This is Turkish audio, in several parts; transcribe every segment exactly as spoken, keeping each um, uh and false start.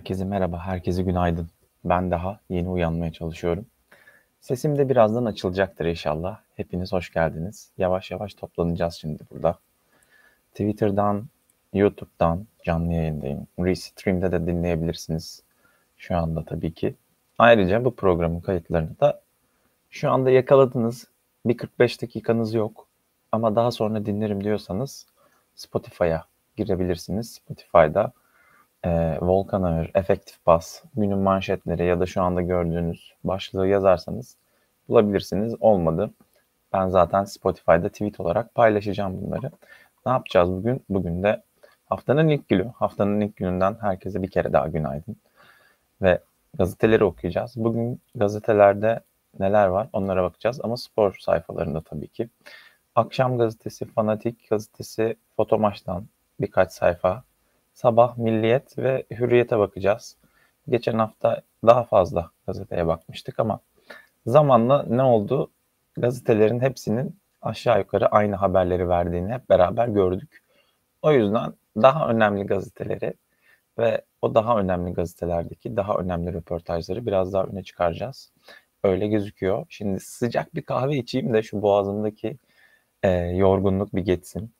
Herkese merhaba, herkese günaydın. Ben daha yeni uyanmaya çalışıyorum. Sesim de birazdan açılacaktır inşallah. Hepiniz hoş geldiniz. Yavaş yavaş toplanacağız şimdi burada. Twitter'dan, YouTube'dan canlı yayındayım. Restream'de de dinleyebilirsiniz şu anda tabii ki. Ayrıca bu programın kayıtlarını da şu anda yakaladınız. Bir kırk beş dakikanız yok. Ama daha sonra dinlerim diyorsanız Spotify'a girebilirsiniz. Spotify'da e, Volkan Ağır, Efektif Bas, günün manşetleri ya da şu anda gördüğünüz başlığı yazarsanız bulabilirsiniz. Olmadı. Ben zaten Spotify'da tweet olarak paylaşacağım bunları. Ne yapacağız bugün? Bugün de haftanın ilk günü. Haftanın ilk gününden herkese bir kere daha günaydın. Ve gazeteleri okuyacağız. Bugün gazetelerde neler var onlara bakacağız ama spor sayfalarında tabii ki. Akşam gazetesi, Fanatik gazetesi, Fotomaç'tan birkaç sayfa. Sabah Milliyet ve Hürriyet'e bakacağız. Geçen hafta daha fazla gazeteye bakmıştık ama zamanla ne oldu? Gazetelerin hepsinin aşağı yukarı aynı haberleri verdiğini hep beraber gördük. O yüzden daha önemli gazeteleri ve o daha önemli gazetelerdeki daha önemli röportajları biraz daha öne çıkaracağız. Öyle gözüküyor. Şimdi sıcak bir kahve içeyim de şu boğazımdaki e, yorgunluk bir geçsin.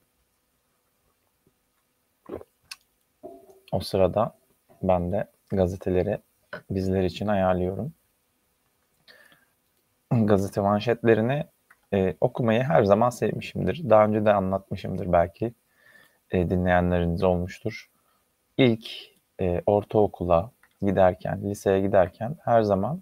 O sırada ben de gazeteleri bizler için ayarlıyorum. Gazete manşetlerini e, okumayı her zaman sevmişimdir. Daha önce de anlatmışımdır belki. E, dinleyenleriniz olmuştur. İlk e, ortaokula giderken, liseye giderken her zaman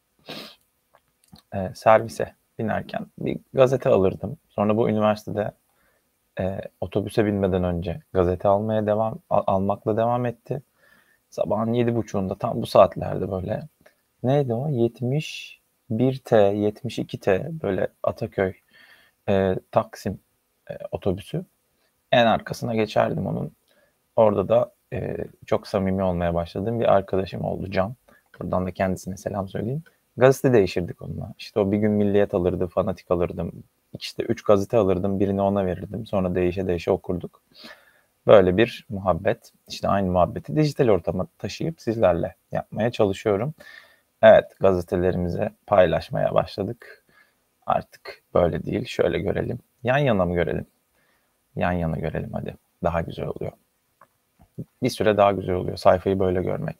e, servise binerken bir gazete alırdım. Sonra bu üniversitede e, otobüse binmeden önce gazete almaya devam al, almakla devam etti. Sabahın yedi buçuğunda tam bu saatlerde böyle neydi o? yetmiş bir T, yetmiş iki T böyle Ataköy, e, Taksim e, otobüsü. En arkasına geçerdim onun. Orada da e, çok samimi olmaya başladığım bir arkadaşım oldu Can. Buradan da kendisine selam söyleyeyim. Gazete değişirdik onunla. İşte o bir gün Milliyet alırdı, Fanatik alırdım. İşte üç gazete alırdım, birini ona verirdim. Sonra değişe değişe okurduk. Böyle bir muhabbet. İşte aynı muhabbeti dijital ortama taşıyıp sizlerle yapmaya çalışıyorum. Evet, gazetelerimizi paylaşmaya başladık. Artık böyle değil, şöyle görelim. Yan yana mı görelim? Yan yana görelim hadi. Daha güzel oluyor. Bir süre daha güzel oluyor sayfayı böyle görmek.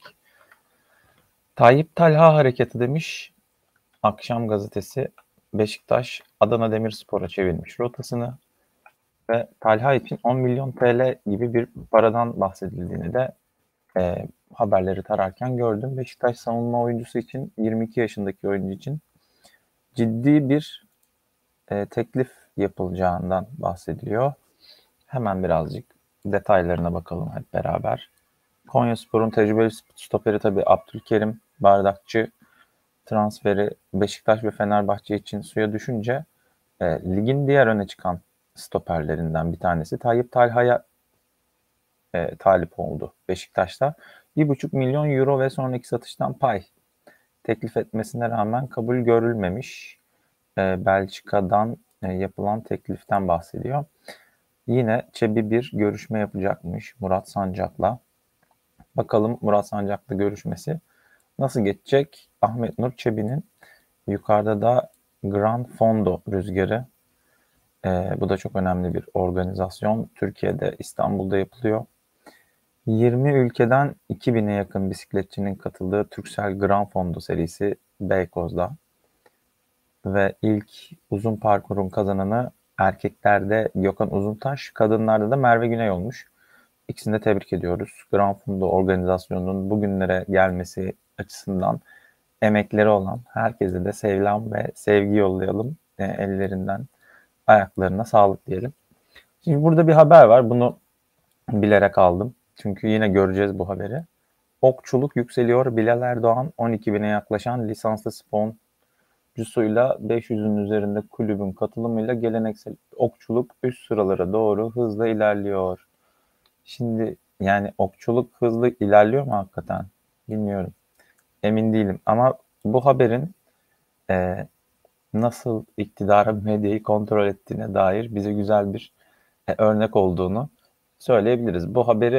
Tayyip Talha hareketi demiş. Akşam gazetesi Beşiktaş Adana Demirspor'a çevirmiş rotasını ve Talha için on milyon T L gibi bir paradan bahsedildiğini de e, haberleri tararken gördüm. Beşiktaş savunma oyuncusu için yirmi iki yaşındaki oyuncu için ciddi bir e, teklif yapılacağından bahsediliyor. Hemen birazcık detaylarına bakalım hep beraber. Konyaspor'un tecrübeli stoperi tabii Abdülkerim Bardakçı transferi Beşiktaş ve Fenerbahçe için suya düşünce e, ligin diğer öne çıkan stoperlerinden bir tanesi Tayyip Talha'ya e, talip oldu Beşiktaş'ta. bir buçuk milyon euro ve sonraki satıştan pay teklif etmesine rağmen kabul görülmemiş. E, Belçika'dan e, yapılan tekliften bahsediyor. Yine Çebi bir görüşme yapacakmış Murat Sancak'la. Bakalım Murat Sancak'la görüşmesi nasıl geçecek? Ahmet Nur Çebi'nin yukarıda da Gran Fondo Rüzgarı. E, bu da çok önemli bir organizasyon. Türkiye'de, İstanbul'da yapılıyor. yirmi ülkeden iki bine yakın bisikletçinin katıldığı Turkcell Gran Fondo serisi Beykoz'da. Ve ilk uzun parkurun kazananı erkeklerde Gökhan Uzuntaş, kadınlarda da Merve Güney olmuş. İkisini de tebrik ediyoruz. Gran Fondo organizasyonunun bugünlere gelmesi açısından emekleri olan herkese de selam ve sevgi yollayalım. E, ellerinden, ayaklarına sağlık diyelim. Şimdi burada bir haber var. Bunu bilerek aldım. Çünkü yine göreceğiz bu haberi. Okçuluk yükseliyor. Bilal Erdoğan on iki bine yaklaşan lisanslı sponcusuyla beş yüzün üzerinde kulübün katılımıyla geleneksel okçuluk üst sıralara doğru hızla ilerliyor. Şimdi yani okçuluk hızlı ilerliyor mu hakikaten? Bilmiyorum. Emin değilim ama bu haberin e, nasıl iktidara medyayı kontrol ettiğine dair bize güzel bir e, örnek olduğunu söyleyebiliriz. Bu haberi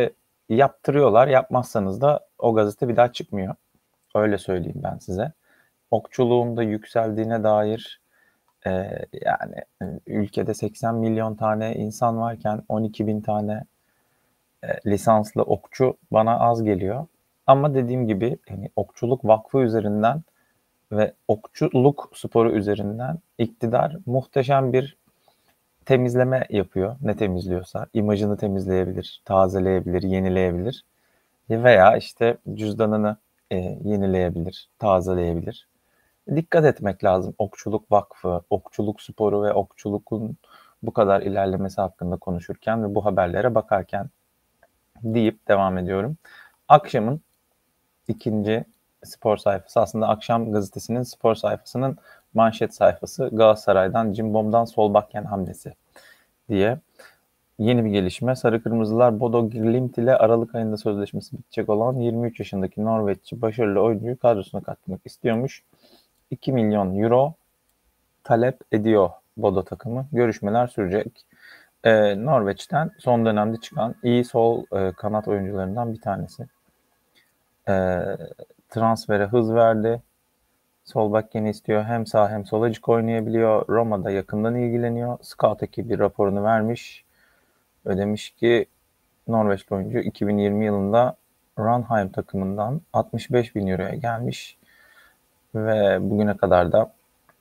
yaptırıyorlar. Yapmazsanız da o gazete bir daha çıkmıyor. Öyle söyleyeyim ben size. Okçuluğun da yükseldiğine dair e, yani ülkede seksen milyon tane insan varken on iki bin tane e, lisanslı okçu bana az geliyor. Ama dediğim gibi yani okçuluk vakfı üzerinden ve okçuluk sporu üzerinden iktidar muhteşem bir temizleme yapıyor. Ne temizliyorsa imajını temizleyebilir, tazeleyebilir, yenileyebilir veya işte cüzdanını e, yenileyebilir, tazeleyebilir. Dikkat etmek lazım. Okçuluk Vakfı, okçuluk sporu ve okçulukun bu kadar ilerlemesi hakkında konuşurken ve bu haberlere bakarken deyip devam ediyorum. Akşamın ikinci spor sayfası aslında Akşam gazetesinin spor sayfasının manşet sayfası Galatasaray'dan Cimbom'dan Solbakken hamlesi diye yeni bir gelişme. Sarı Kırmızılar Bodo Glimt ile Aralık ayında sözleşmesi bitecek olan yirmi üç yaşındaki Norveççi başarılı oyuncuyu kadrosuna katmak istiyormuş. iki milyon euro talep ediyor Bodo takımı. Görüşmeler sürecek. Ee, Norveç'ten son dönemde çıkan iyi sol e, kanat oyuncularından bir tanesi. Ee, transfere hız verdi. Sol bek yeni istiyor. Hem sağ hem sol açık oynayabiliyor. Roma'da yakından ilgileniyor. Scout ekibi raporunu vermiş. Ve demiş ki Norveçli oyuncu iki bin yirmi yılında Ranheim takımından altmış beş bin euroya gelmiş. Ve bugüne kadar da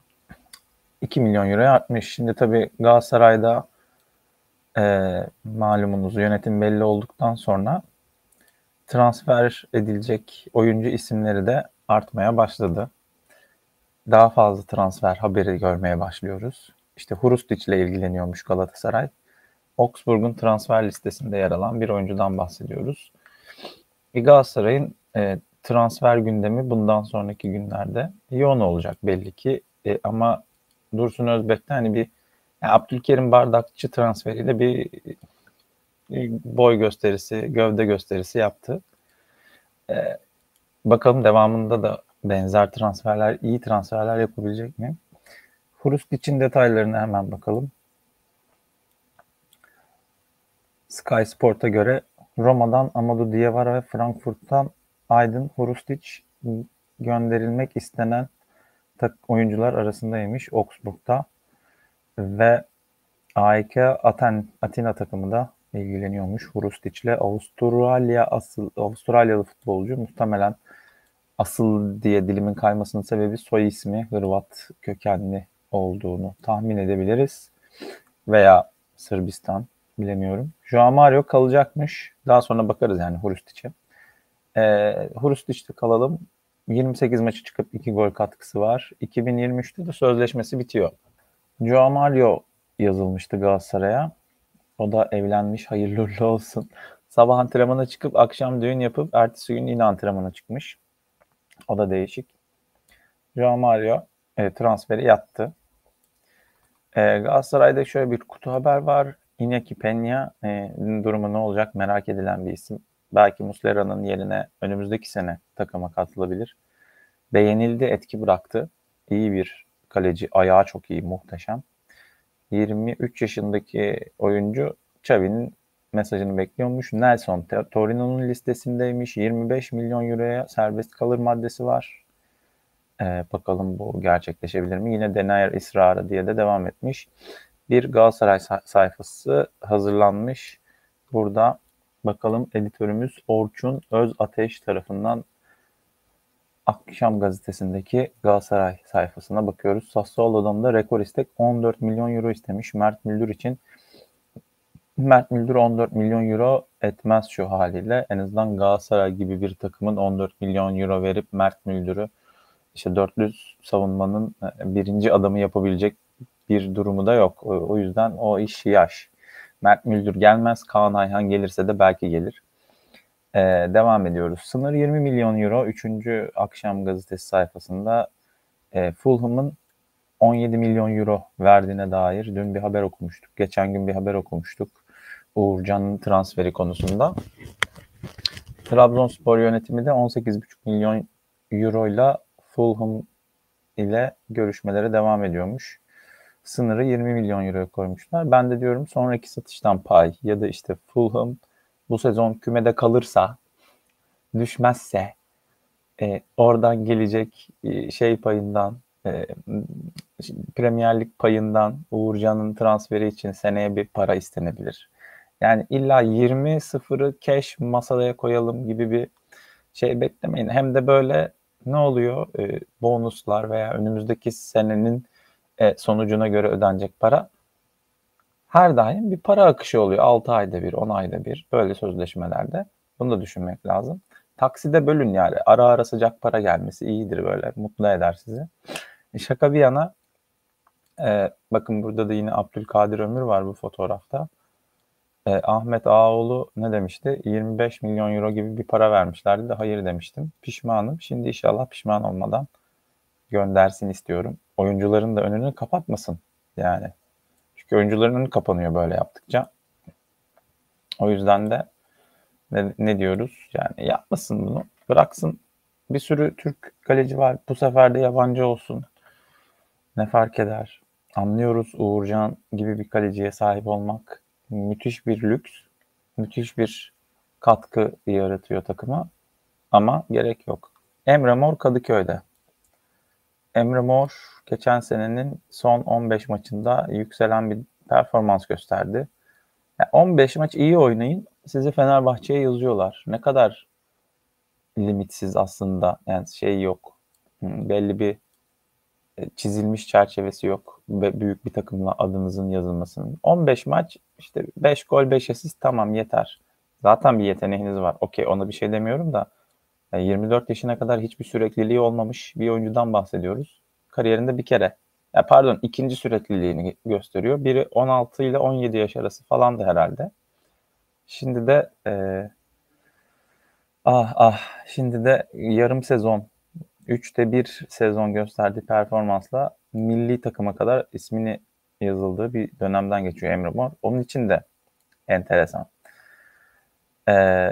iki milyon euroya artmış. Şimdi tabii Galatasaray'da e, malumunuz yönetim belli olduktan sonra transfer edilecek oyuncu isimleri de artmaya başladı. Daha fazla transfer haberi görmeye başlıyoruz. İşte Hrustić ile ilgileniyormuş Galatasaray. Augsburg'un transfer listesinde yer alan bir oyuncudan bahsediyoruz. E, Galatasaray'ın e, transfer gündemi bundan sonraki günlerde yoğun olacak belli ki. E, ama Dursun Özbek de hani bir yani Abdülkerim Bardakçı transferiyle bir, bir boy gösterisi, gövde gösterisi yaptı. E, bakalım devamında da benzer transferler, iyi transferler yapabilecek mi? Hrustić'in detaylarına hemen bakalım. Sky Sport'a göre Roma'dan Amadou Diawara ve Frankfurt'tan Aydın Hrustić gönderilmek istenen oyuncular arasındaymış Augsburg'da ve A E K Aten, Atina takımı da ilgileniyormuş Hrustić'le. Avustralya asıl Avustralyalı futbolcu muhtemelen asıl diye dilimin kaymasının sebebi soy ismi Hırvat kökenli olduğunu tahmin edebiliriz. Veya Sırbistan bilemiyorum. Joao Mario kalacakmış. Daha sonra bakarız yani Hrustić'e. Ee, Hrustić'te kalalım. yirmi sekiz maçı çıkıp iki gol katkısı var. iki bin yirmi üçte de sözleşmesi bitiyor. Joao Mario yazılmıştı Galatasaray'a. O da evlenmiş. Hayırlı uğurlu olsun. Sabah antrenmana çıkıp akşam düğün yapıp ertesi gün yine antrenmana çıkmış. O da değişik. Joao Mario e, transferi yattı. E, Galatasaray'da şöyle bir kutu haber var. Iñaki Peña e, durumu ne olacak merak edilen bir isim. Belki Muslera'nın yerine önümüzdeki sene takıma katılabilir. Beğenildi, etki bıraktı. İyi bir kaleci, ayağı çok iyi, muhteşem. yirmi üç yaşındaki oyuncu Xavi'nin mesajını bekliyormuş. Nelson Torino'nun listesindeymiş. yirmi beş milyon euroya serbest kalır maddesi var. Ee, bakalım bu gerçekleşebilir mi? Yine Denayer ısrarı diye de devam etmiş. Bir Galatasaray sayfası hazırlanmış. Burada bakalım editörümüz Orçun Özateş tarafından Akşam gazetesindeki Galatasaray sayfasına bakıyoruz. Sassuolo'dan da rekor istek on dört milyon euro istemiş Mert Müldür için. Mert Müldür on dört milyon euro etmez şu haliyle. En azından Galatasaray gibi bir takımın on dört milyon euro verip Mert Müldür'ü işte dörtlü savunmanın birinci adamı yapabilecek bir durumu da yok. O yüzden o iş yaş. Mert Müldür gelmez. Kaan Ayhan gelirse de belki gelir. Ee, devam ediyoruz. Sınır yirmi milyon euro. Üçüncü Akşam gazetesi sayfasında e, Fulham'ın on yedi milyon euro verdiğine dair dün bir haber okumuştuk. Geçen gün bir haber okumuştuk. Uğurcan'ın transferi konusunda. Trabzonspor yönetimi de on sekiz buçuk milyon euro ile Fulham ile görüşmelere devam ediyormuş. Sınırı yirmi milyon euroya koymuşlar. Ben de diyorum sonraki satıştan pay ya da işte Fulham bu sezon kümede kalırsa, düşmezse e, oradan gelecek e, şey payından, e, Premier Lig payından Uğurcan'ın transferi için seneye bir para istenebilir. Yani illa yirmi sıfırı cash masaya koyalım gibi bir şey beklemeyin. Hem de böyle ne oluyor? E, bonuslar veya önümüzdeki senenin e, sonucuna göre ödenecek para her daim bir para akışı oluyor. altı ayda bir, on ayda bir böyle sözleşmelerde. Bunu da düşünmek lazım. Takside bölün yani. Ara ara sıcak para gelmesi iyidir böyle. Mutlu eder sizi. E, şaka bir yana e, bakın burada da yine Abdülkadir Ömür var bu fotoğrafta. E, Ahmet Ağaoğlu ne demişti? yirmi beş milyon euro gibi bir para vermişlerdi de hayır demiştim. Pişmanım. Şimdi inşallah pişman olmadan göndersin istiyorum. Oyuncuların da önünü kapatmasın yani. Çünkü oyuncuların önü kapanıyor böyle yaptıkça. O yüzden de ne, ne diyoruz? Yani yapmasın bunu. Bıraksın. Bir sürü Türk kaleci var. Bu sefer de yabancı olsun. Ne fark eder? Anlıyoruz, Uğurcan gibi bir kaleciye sahip olmak müthiş bir lüks. Müthiş bir katkı yaratıyor takıma. Ama gerek yok. Emre Mor Kadıköy'de. Emre Mor geçen senenin son on beş maçında yükselen bir performans gösterdi. Yani on beş maç iyi oynayın, sizi Fenerbahçe'ye yazıyorlar. Ne kadar limitsiz aslında. Yani şey yok. Belli bir çizilmiş çerçevesi yok. Büyük bir takımla adınızın yazılmasının. on beş maç işte beş gol beş asist tamam yeter. Zaten bir yeteneğiniz var. Okey ona bir şey demiyorum da yirmi dört yaşına kadar hiçbir sürekliliği olmamış bir oyuncudan bahsediyoruz. Kariyerinde bir kere. Ya pardon ikinci sürekliliğini gösteriyor. Biri on altı ile on yedi yaş arası falandı herhalde. Şimdi de e, ah ah şimdi de yarım sezon üçte bir sezon gösterdiği performansla milli takıma kadar ismini yazıldığı bir dönemden geçiyor Emre Mor. Onun için de enteresan. Ee,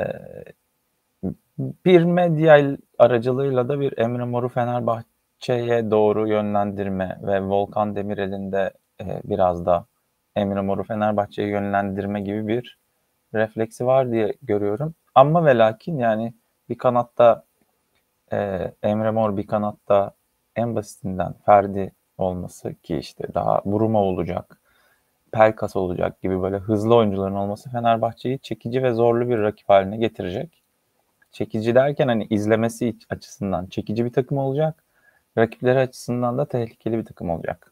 bir medya aracılığıyla da bir Emre Mor'u Fenerbahçe'ye doğru yönlendirme ve Volkan Demirel'in de e, biraz da Emre Mor'u Fenerbahçe'ye yönlendirme gibi bir refleksi var diye görüyorum. Ama ve lakin yani bir kanatta e, Emre Mor, bir kanatta en basitinden Ferdi olması ki işte daha Buruma olacak, Pelkas olacak gibi böyle hızlı oyuncuların olması Fenerbahçe'yi çekici ve zorlu bir rakip haline getirecek. Çekici derken hani izlemesi açısından çekici bir takım olacak. Rakipleri açısından da tehlikeli bir takım olacak.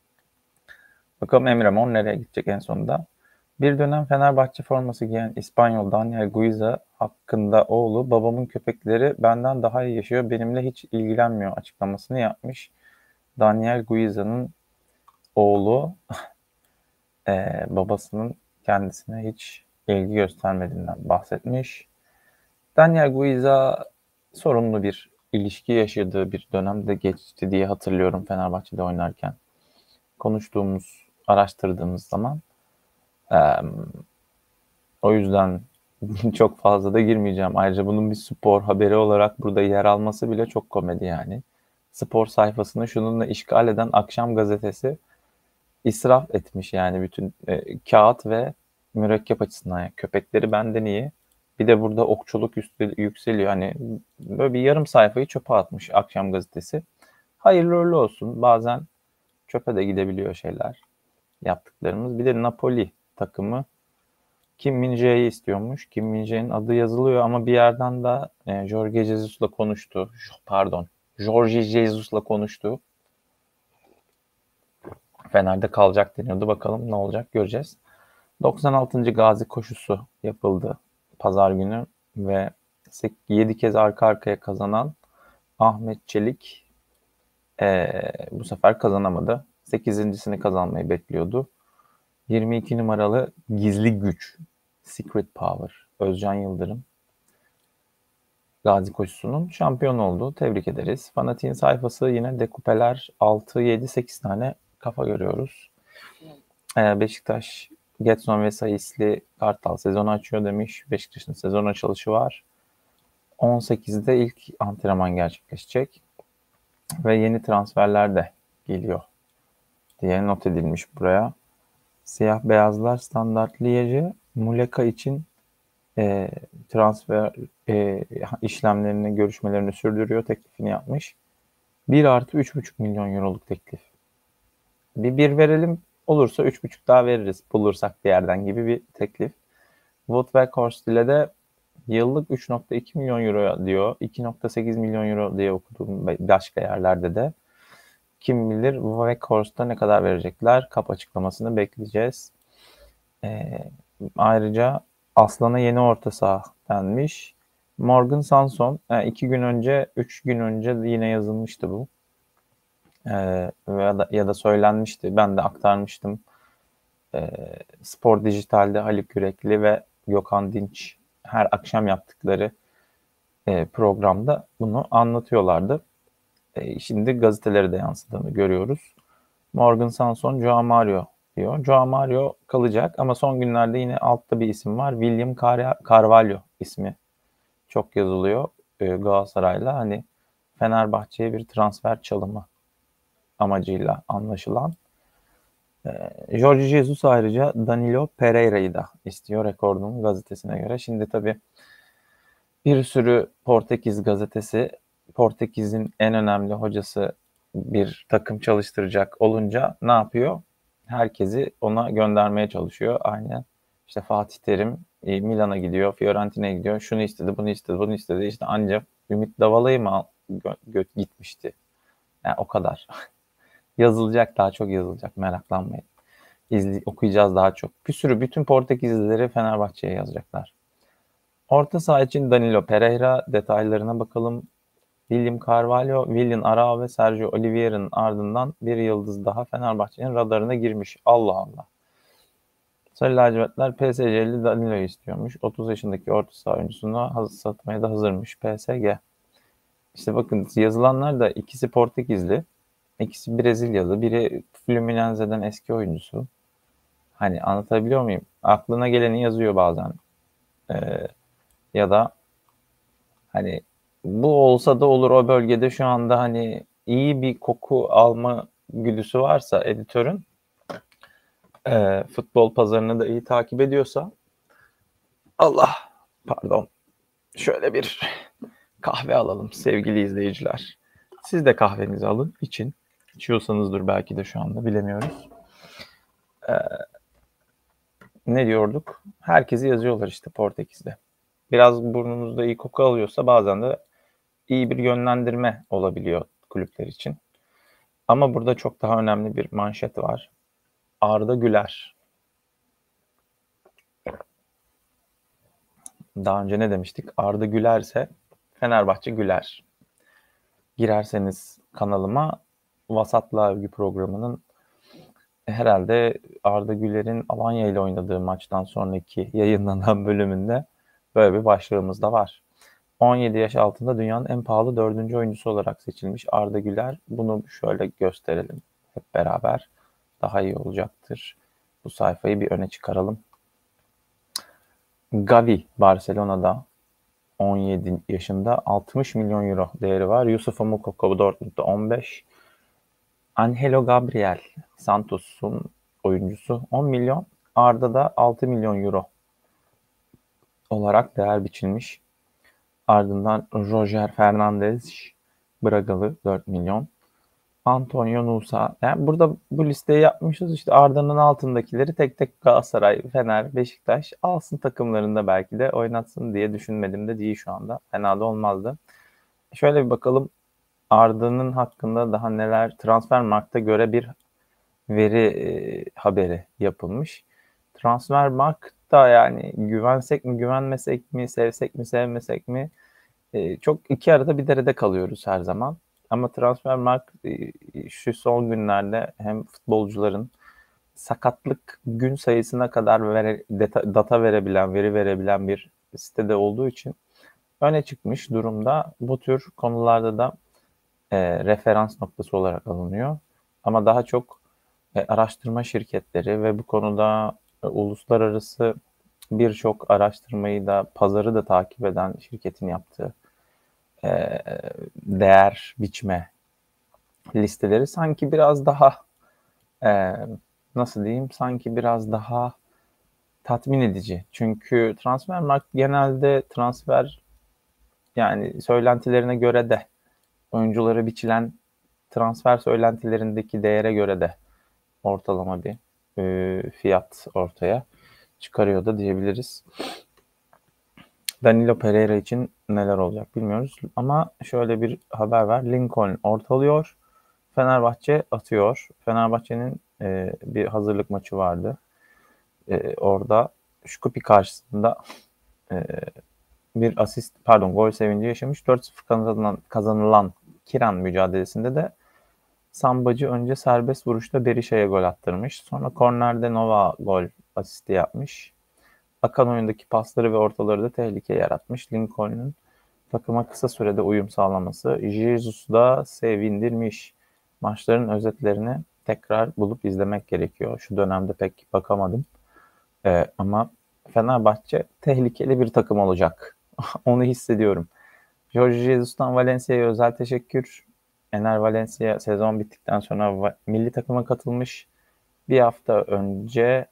Bakalım Emre Mor nereye gidecek en sonunda. Bir dönem Fenerbahçe forması giyen İspanyol Daniel Guiza hakkında oğlu babamın köpekleri benden daha iyi yaşıyor benimle hiç ilgilenmiyor açıklamasını yapmış. Daniel Guiza'nın oğlu e, babasının kendisine hiç ilgi göstermediğinden bahsetmiş. Daniel Guiza sorunlu bir ilişki yaşadığı bir dönemde geçti diye hatırlıyorum Fenerbahçe'de oynarken. Konuştuğumuz, araştırdığımız zaman. Ee, o yüzden çok fazla da girmeyeceğim. Ayrıca bunun bir spor haberi olarak burada yer alması bile çok komedi yani. Spor sayfasını şununla işgal eden Akşam Gazetesi israf etmiş yani bütün e, kağıt ve mürekkep açısından. Yani köpekleri benden iyi. Bir de burada okçuluk üstü, yükseliyor. Hani böyle bir yarım sayfayı çöpe atmış Akşam Gazetesi. Hayırlı uğurlu olsun. Bazen çöpe de gidebiliyor şeyler yaptıklarımız. Bir de Napoli takımı Kim Min-jae'yi istiyormuş. Kim Min-jae'nin adı yazılıyor ama bir yerden de e, Jorge Jesus'la konuştu. Pardon. Jorge Jesus'la konuştu. Fener'de kalacak deniyordu. Bakalım ne olacak göreceğiz. doksan altıncı Gazi koşusu yapıldı pazar günü ve yedi kez arka arkaya kazanan Ahmet Çelik e, bu sefer kazanamadı. sekizincisini kazanmayı bekliyordu. yirmi iki numaralı Gizli Güç Secret Power Özcan Yıldırım Gazi koşusunun şampiyon oldu. Tebrik ederiz. Fanatik'in sayfası yine dekupeler altı, yedi, sekiz tane kafa görüyoruz. Ee, Beşiktaş Getson ve Sayıslı Kartal sezonu açıyor demiş. Beşiktaş'ın sezon açılışı var. on sekizde ilk antrenman gerçekleşecek. Ve yeni transferler de geliyor diye not edilmiş buraya. Siyah beyazlar standart Liège'i Muleka için e, transfer e, işlemlerini, görüşmelerini sürdürüyor, teklifini yapmış. bir artı üç buçuk milyon euroluk teklif. Bir bir verelim, olursa üç buçuk daha veririz bulursak bir yerden gibi bir teklif. Wout Weghorst ile de yıllık üç nokta iki milyon euro diyor. iki nokta sekiz milyon euro diye okudum başka yerlerde de. Kim bilir Weghorst'a ne kadar verecekler? Kap açıklamasını bekleyeceğiz. Ee, ayrıca Aslan'a yeni orta saha denmiş. Morgan Sanson yani iki gün önce, üç gün önce yine yazılmıştı bu. Ee, ya, da, ya da söylenmişti. Ben de aktarmıştım. Ee, Spor Dijital'de Haluk Yürekli ve Gökhan Dinç her akşam yaptıkları e, programda bunu anlatıyorlardı. E, şimdi gazetelere de yansıdığını görüyoruz. Morgan Sanson, Joao Mario diyor. Joao Mario kalacak ama son günlerde yine altta bir isim var. William Car- Carvalho ismi çok yazılıyor e, Galatasaray'la. Hani Fenerbahçe'ye bir transfer çalımı amacıyla anlaşılan. E, Jorge Jesus ayrıca Danilo Pereira'yı da istiyor Rekord'un gazetesine göre. Şimdi tabii bir sürü Portekiz gazetesi Portekiz'in en önemli hocası bir takım çalıştıracak olunca ne yapıyor? Herkesi ona göndermeye çalışıyor. Aynen işte Fatih Terim e, Milan'a gidiyor, Fiorentina'ya gidiyor. Şunu istedi, bunu istedi, bunu istedi. İşte ancak Ümit Davala'yı mı gö- gö- gitmişti? Yani o kadar. Yazılacak, daha çok yazılacak. Meraklanmayın. İzli, okuyacağız daha çok. Bir sürü bütün Portekizlileri Fenerbahçe'ye yazacaklar. Orta saha için Danilo Pereira, detaylarına bakalım. William Carvalho, Willian Arao ve Sergio Oliveira'nın ardından bir yıldız daha Fenerbahçe'nin radarına girmiş. Allah Allah. Sarı lacivertler P S G'li Danilo'yu istiyormuş. otuz yaşındaki orta saha oyuncusunu satmaya da hazırmış P S G. İşte bakın yazılanlar da ikisi Portekizli, ikisi Brezilyalı, biri Fluminense'den eski oyuncusu. Hani anlatabiliyor muyum? Aklına geleni yazıyor bazen. Ee, ya da hani bu olsa da olur o bölgede şu anda hani iyi bir koku alma güdüsü varsa editörün e, futbol pazarını da iyi takip ediyorsa Allah pardon şöyle bir kahve alalım sevgili izleyiciler. Siz de kahvenizi alın için. İçiyorsanızdır belki de şu anda bilemiyoruz. Ee, ne diyorduk? Herkesi yazıyorlar işte Portekiz'de. Biraz burnunuzda iyi koku alıyorsa bazen de iyi bir yönlendirme olabiliyor kulüpler için. Ama burada çok daha önemli bir manşet var. Arda Güler. Daha önce ne demiştik? Arda Gülerse Fenerbahçe güler. Girerseniz kanalıma Vasat'la övgü programının herhalde Arda Güler'in Alanya ile oynadığı maçtan sonraki yayınlanan bölümünde böyle bir başlığımız da var. on yedi yaş altında dünyanın en pahalı dördüncü oyuncusu olarak seçilmiş Arda Güler. Bunu şöyle gösterelim hep beraber. Daha iyi olacaktır. Bu sayfayı bir öne çıkaralım. Gavi Barcelona'da on yedi yaşında altmış milyon euro değeri var. Yusuf Moukoko Dortmund'da on beş. Angelo Gabriel Santos'un oyuncusu on milyon. Arda da altı milyon euro olarak değer biçilmiş. Ardından Roger Fernandes Bragalı dört milyon. Antonio Nusa. Yani burada bu listeyi yapmışız. İşte Arda'nın altındakileri tek tek Galatasaray, Fener, Beşiktaş alsın takımlarında belki de oynatsın diye düşünmedim de değil şu anda. Fena da olmazdı. Şöyle bir bakalım Arda'nın hakkında daha neler Transfermarkt'a göre bir veri e, haberi yapılmış. Transfermarkt'ta yani güvensek mi güvenmesek mi sevsek mi sevmesek mi e, çok iki arada bir derede kalıyoruz her zaman. Ama Transfermarkt e, şu son günlerde hem futbolcuların sakatlık gün sayısına kadar vere, data, data verebilen, veri verebilen bir sitede olduğu için öne çıkmış durumda. Bu tür konularda da e, referans noktası olarak alınıyor. Ama daha çok e, araştırma şirketleri ve bu konuda e, uluslararası birçok araştırmayı da pazarı da takip eden şirketin yaptığı e, değer biçme listeleri sanki biraz daha e, nasıl diyeyim sanki biraz daha tatmin edici. Çünkü Transfermarkt genelde transfer yani söylentilerine göre de oyunculara biçilen transfer söylentilerindeki değere göre de ortalama bir e, fiyat ortaya çıkarıyor da diyebiliriz. Danilo Pereira için neler olacak bilmiyoruz. Ama şöyle bir haber var. Lincoln ortalıyor. Fenerbahçe atıyor. Fenerbahçe'nin e, bir hazırlık maçı vardı. E, orada Şkupi karşısında e, bir asist pardon gol sevinci yaşamış. dört sıfır kazanılan, kazanılan Kiran mücadelesinde de Sambacı önce serbest vuruşta Berisha'ya gol attırmış. Sonra kornerde Nova gol asisti yapmış. Akan oyundaki pasları ve ortaları da tehlike yaratmış. Lincoln'un takıma kısa sürede uyum sağlaması Jesus'u da sevindirmiş. Maçların özetlerini tekrar bulup izlemek gerekiyor. Şu dönemde pek bakamadım. Ee, ama Fenerbahçe tehlikeli bir takım olacak. Onu hissediyorum. Jorge Jesus'tan Valencia'ya özel teşekkür. Ener Valencia sezon bittikten sonra milli takıma katılmış. Bir hafta önceden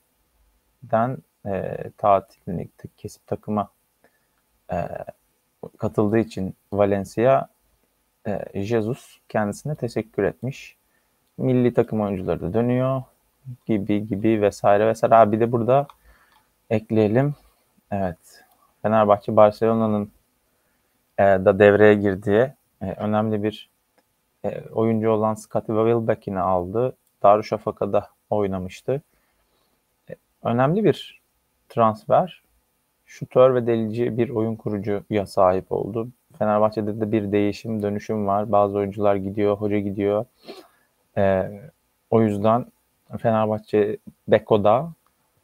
e, tatilini kesip takıma e, katıldığı için Valencia e, Jesus kendisine teşekkür etmiş. Milli takım oyuncuları da dönüyor gibi gibi vesaire vesaire. Abi de burada ekleyelim. Evet. Fenerbahçe Barcelona'nın e, da devreye girdiği e, önemli bir e, oyuncu olan Scottie Wilbeck'ini aldı. Darüşşafaka'da oynamıştı. E, önemli bir transfer. Şutör ve delici bir oyun kurucuya sahip oldu. Fenerbahçe'de de bir değişim, dönüşüm var. Bazı oyuncular gidiyor, hoca gidiyor. E, o yüzden Fenerbahçe Beko'da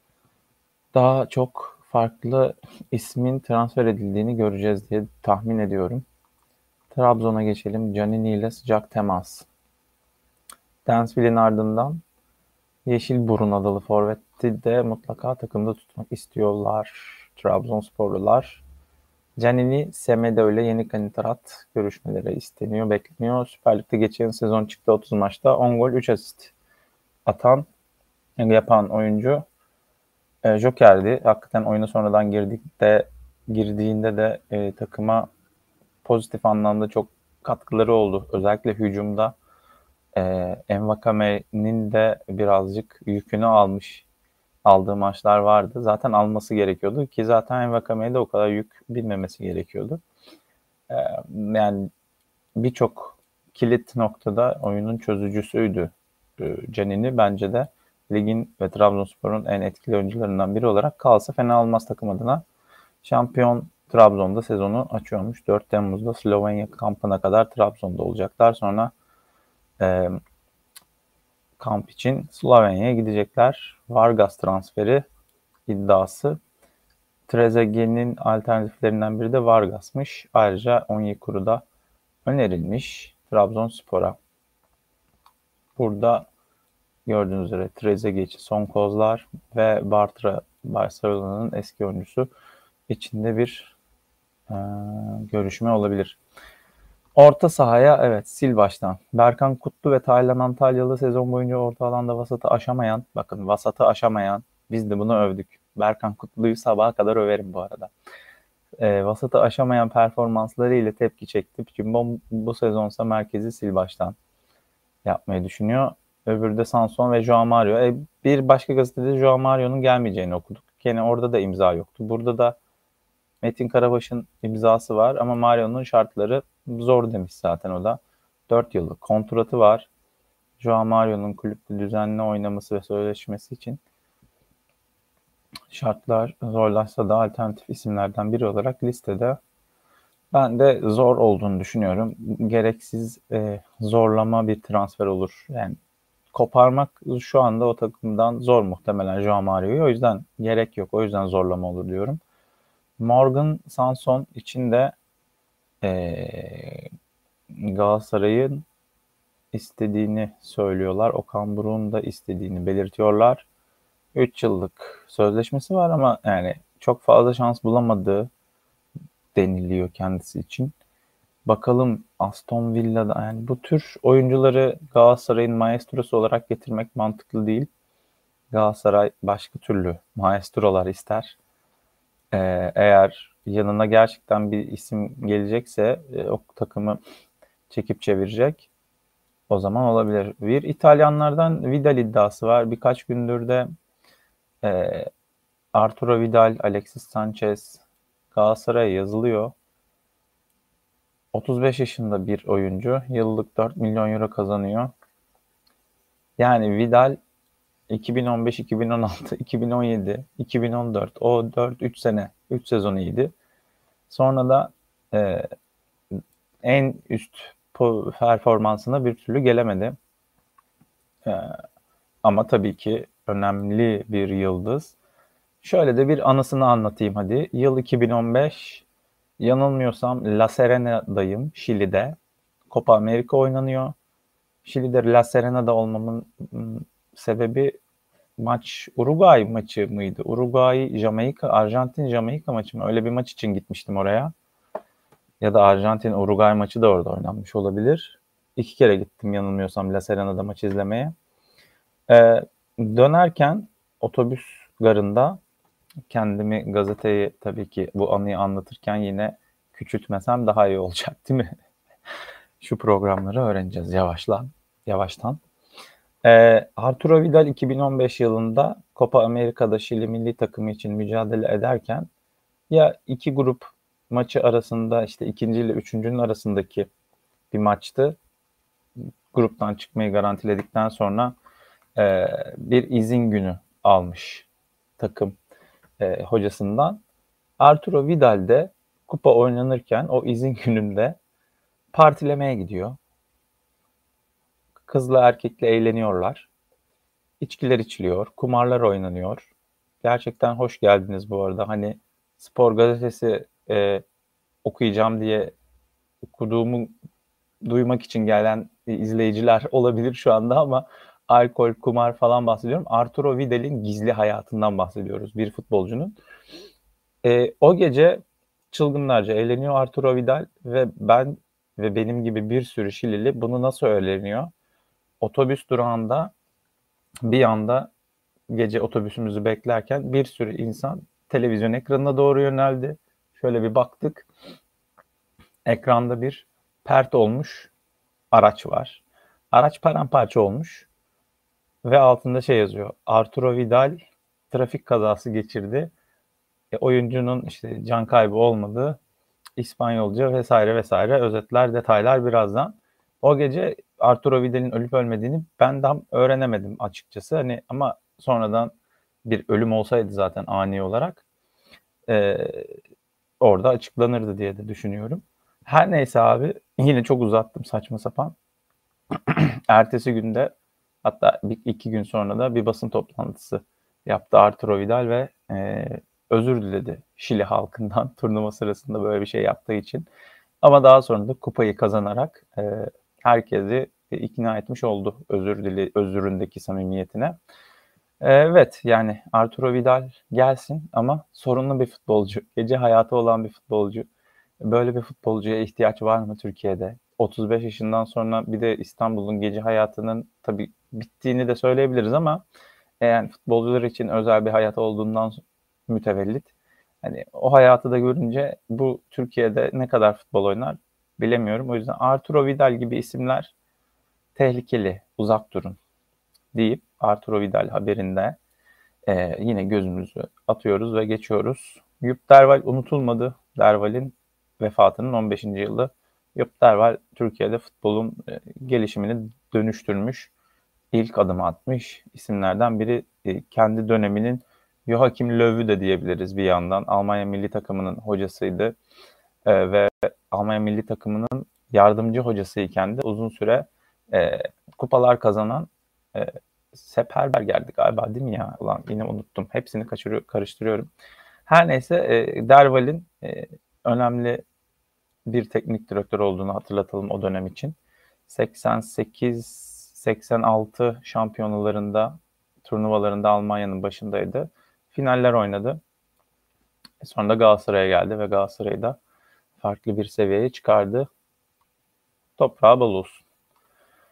daha çok farklı ismin transfer edildiğini göreceğiz diye tahmin ediyorum. Trabzon'a geçelim. Canini ile sıcak temas. Dansville'in ardından Yeşilburun adalı forveti de mutlaka takımda tutmak istiyorlar Trabzonsporlular. Canini, Semedo ile yeni kandidat görüşmeleri isteniyor, bekleniyor. Süper Lig'de geçen sezon çıktı otuz maçta on gol üç asist atan, yapan oyuncu e, Joker'di. Hakikaten oyuna sonradan girdikte girdiğinde de e, takıma pozitif anlamda çok katkıları oldu. Özellikle hücumda e, Envakame'nin de birazcık yükünü almış aldığı maçlar vardı. Zaten alması gerekiyordu ki zaten Envakame'ye de o kadar yük binmemesi gerekiyordu. E, yani birçok kilit noktada oyunun çözücüsüydü e, Canini. Bence de ligin ve Trabzonspor'un en etkili oyuncularından biri olarak kalsa fena olmaz takım adına. Şampiyon Trabzon'da sezonu açıyormuş. dört Temmuz'da Slovenya kampına kadar Trabzon'da olacaklar. Sonra e, kamp için Slovenya'ya gidecekler. Vargas transferi iddiası. Trezeguet'in alternatiflerinden biri de Vargas'mış. Ayrıca Onyekuru da önerilmiş Trabzonspor'a. Burada gördüğünüz üzere Trezeguet için son kozlar ve Bartra Barcelona'nın eski oyuncusu içinde bir e, görüşme olabilir. Orta sahaya evet sil baştan. Berkan Kutlu ve Taylan Antalyalı sezon boyunca orta alanda vasatı aşamayan, bakın vasatı aşamayan, biz de bunu övdük. Berkan Kutlu'yu sabaha kadar överim bu arada. E, vasatı aşamayan performansları ile tepki çekti. Cimbom bu sezonsa merkezi sil baştan yapmayı düşünüyor. Öbürü de Sanson ve Joao Mario. E, bir başka gazetede Joao Mario'nun gelmeyeceğini okuduk. Gene orada da imza yoktu. Burada da Metin Karabaş'ın imzası var ama Mario'nun şartları zor demiş zaten o da. dört yıllık kontratı var. Joao Mario'nun kulüpte düzenli oynaması ve sözleşmesi için şartlar zorlaşsa da alternatif isimlerden biri olarak listede. Ben de zor olduğunu düşünüyorum. Gereksiz e, zorlama bir transfer olur. Yani koparmak şu anda o takımdan zor muhtemelen Joao Mario'yu. O yüzden gerek yok. O yüzden zorlama olur diyorum. Morgan Sanson için de e, Galatasaray'ın istediğini söylüyorlar. Okan Buruk'un da istediğini belirtiyorlar. üç yıllık sözleşmesi var ama yani çok fazla şans bulamadığı deniliyor kendisi için. Bakalım Aston Villa'da yani bu tür oyuncuları Galatasaray'ın maestrosu olarak getirmek mantıklı değil. Galatasaray başka türlü maestrolar ister. Ee, eğer yanına gerçekten bir isim gelecekse e, o takımı çekip çevirecek. O zaman olabilir. Bir İtalyanlardan Vidal iddiası var. Birkaç gündür de e, Arturo Vidal, Alexis Sanchez Galatasaray'a yazılıyor. otuz beş yaşında bir oyuncu. Yıllık dört milyon euro kazanıyor. Yani Vidal iki bin on beş, iki bin on altı, iki bin on yedi, iki bin on dört o dört üç sene, üç sezon iyiydi. Sonra da e, en üst performansına bir türlü gelemedi. E, ama tabii ki önemli bir yıldız. Şöyle de bir anısını anlatayım hadi. Yıl iki bin on beş, yanılmıyorsam La Serena'dayım, Şili'de. Copa America oynanıyor. Şili'de La Serena'da olmamın sebebi maç Uruguay maçı mıydı? Uruguay, Jamaika, Arjantin, Jamaika maçı mı? Öyle bir maç için gitmiştim oraya. Ya da Arjantin, Uruguay maçı da orada oynanmış olabilir. İki kere gittim yanılmıyorsam La Serena'da maç izlemeye. Ee, dönerken otobüs garında kendimi gazeteyi tabii ki bu anıyı anlatırken yine küçültmesem daha iyi olacak değil mi? Şu programları öğreneceğiz yavaşla, yavaştan. Ee, Arturo Vidal iki bin on beş yılında Copa America'da Şili milli takımı için mücadele ederken ya iki grup maçı arasında işte ikinci ile üçüncünün arasındaki bir maçtı. Gruptan çıkmayı garantiledikten sonra e, bir izin günü almış takım e, hocasından. Arturo Vidal de kupa oynanırken o izin gününde partilemeye gidiyor. Kızla erkekle eğleniyorlar. İçkiler içiliyor, kumarlar oynanıyor. Gerçekten hoş geldiniz bu arada. Hani spor gazetesi e, okuyacağım diye okuduğumu duymak için gelen izleyiciler olabilir şu anda ama alkol, kumar falan bahsediyorum. Arturo Vidal'in gizli hayatından bahsediyoruz bir futbolcunun. E, o gece çılgınlarca eğleniyor Arturo Vidal ve ben ve benim gibi bir sürü Şilili bunu nasıl öğreniyor? Otobüs durağında bir anda gece otobüsümüzü beklerken bir sürü insan televizyon ekranına doğru yöneldi. Şöyle bir baktık. Ekranda bir pert olmuş araç var. Araç paramparça olmuş ve altında şey yazıyor. Arturo Vidal trafik kazası geçirdi. E, oyuncunun işte can kaybı olmadığı İspanyolca vesaire vesaire özetler, detaylar birazdan. O gece Arturo Vidal'in ölüp ölmediğini ben tam öğrenemedim açıkçası. Hani ama sonradan bir ölüm olsaydı zaten ani olarak e, orada açıklanırdı diye de düşünüyorum. Her neyse abi yine çok uzattım saçma sapan. Ertesi günde hatta bir, iki gün sonra da bir basın toplantısı yaptı Arturo Vidal ve e, özür diledi Şili halkından turnuva sırasında böyle bir şey yaptığı için. Ama daha sonra da kupayı kazanarak e, herkesi e, ikna etmiş oldu özür dili özüründeki samimiyetine. E, evet yani Arturo Vidal gelsin ama sorunlu bir futbolcu, gece hayatı olan bir futbolcu. Böyle bir futbolcuya ihtiyaç var mı Türkiye'de? otuz beş yaşından sonra bir de İstanbul'un gece hayatının tabii bittiğini de söyleyebiliriz ama yani futbolcular için özel bir hayat olduğundan mütevellit. Hani o hayatı da görünce bu Türkiye'de ne kadar futbol oynar bilemiyorum. O yüzden Arturo Vidal gibi isimler tehlikeli, uzak durun deyip Arturo Vidal haberinde e, yine gözümüzü atıyoruz ve geçiyoruz. Yup Derval unutulmadı. Derval'in vefatının on beşinci yılı. Yup Derval Türkiye'de futbolun e, gelişimini dönüştürmüş, ilk adımı atmış isimlerden biri. E, kendi döneminin Joachim Löw'ü de diyebiliriz bir yandan. Almanya milli takımının hocasıydı e, ve Almanya milli takımının yardımcı hocasıyken de uzun süre e, kupalar kazanan e, Sepp Herberger'di galiba değil mi ya? Ulan yine unuttum. Hepsini kaçırıyor, karıştırıyorum. Her neyse e, Derval'in e, önemli bir teknik direktör olduğunu hatırlatalım o dönem için. seksen sekiz seksen altı şampiyonalarında, turnuvalarında Almanya'nın başındaydı. Finaller oynadı. Sonra da Galatasaray'a geldi ve Galatasaray'ı da farklı bir seviyeye çıkardı. Toprağı bol olsun.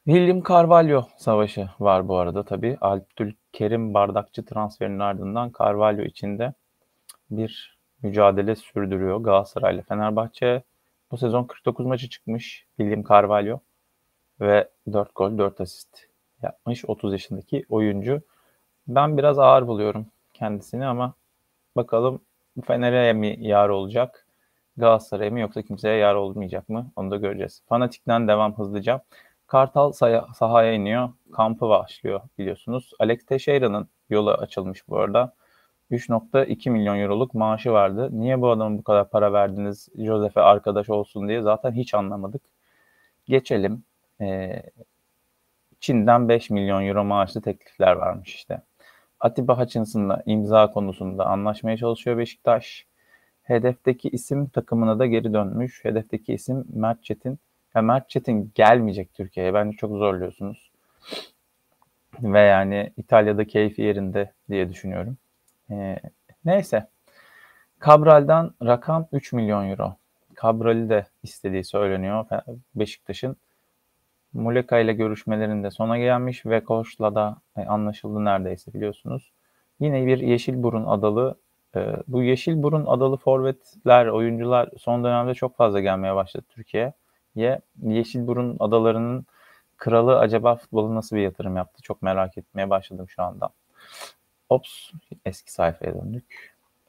William Carvalho savaşı var bu arada tabii. Abdülkerim Bardakçı transferinin ardından Carvalho için de bir mücadele sürdürüyor Galatasaray'la Fenerbahçe. Bu sezon kırk dokuz maçı çıkmış William Carvalho ve dört gol dört asist yapmış otuz yaşındaki oyuncu. Ben biraz ağır buluyorum kendisini ama bakalım Fener'e mi yar olacak, Galatasaray'a mı yoksa kimseye yar olmayacak mı? Onu da göreceğiz. Fanatik'ten devam hızlıca. Kartal sahaya iniyor. Kampı başlıyor biliyorsunuz. Alex Teixeira'nın yolu açılmış bu arada. üç nokta iki milyon euroluk maaşı vardı. Niye bu adamın bu kadar para verdiniz Josef'e arkadaş olsun diye zaten hiç anlamadık. Geçelim. Ee, Çin'den beş milyon euro maaşlı teklifler varmış işte. Atiba Hutchinson'la imza konusunda anlaşmaya çalışıyor Beşiktaş. Hedefteki isim takımına da geri dönmüş. Hedefteki isim Mert Çetin. Ya Mert Çetin gelmeyecek Türkiye'ye. Bence çok zorluyorsunuz. Ve yani İtalya'da keyfi yerinde diye düşünüyorum. Ee, neyse. Cabral'dan rakam üç milyon euro. Cabral'i de istediği söyleniyor Beşiktaş'ın. Muleka ile görüşmelerinde sona gelmiş ve Koç'la da anlaşıldı neredeyse biliyorsunuz. Yine bir Yeşilburun adalı. E, bu Yeşilburun adalı forvetler, oyuncular son dönemde çok fazla gelmeye başladı Türkiye'ye. Yeşilburun adalarının kralı acaba futbolu nasıl bir yatırım yaptı? Çok merak etmeye başladım şu anda. Ops, eski sayfaya döndük.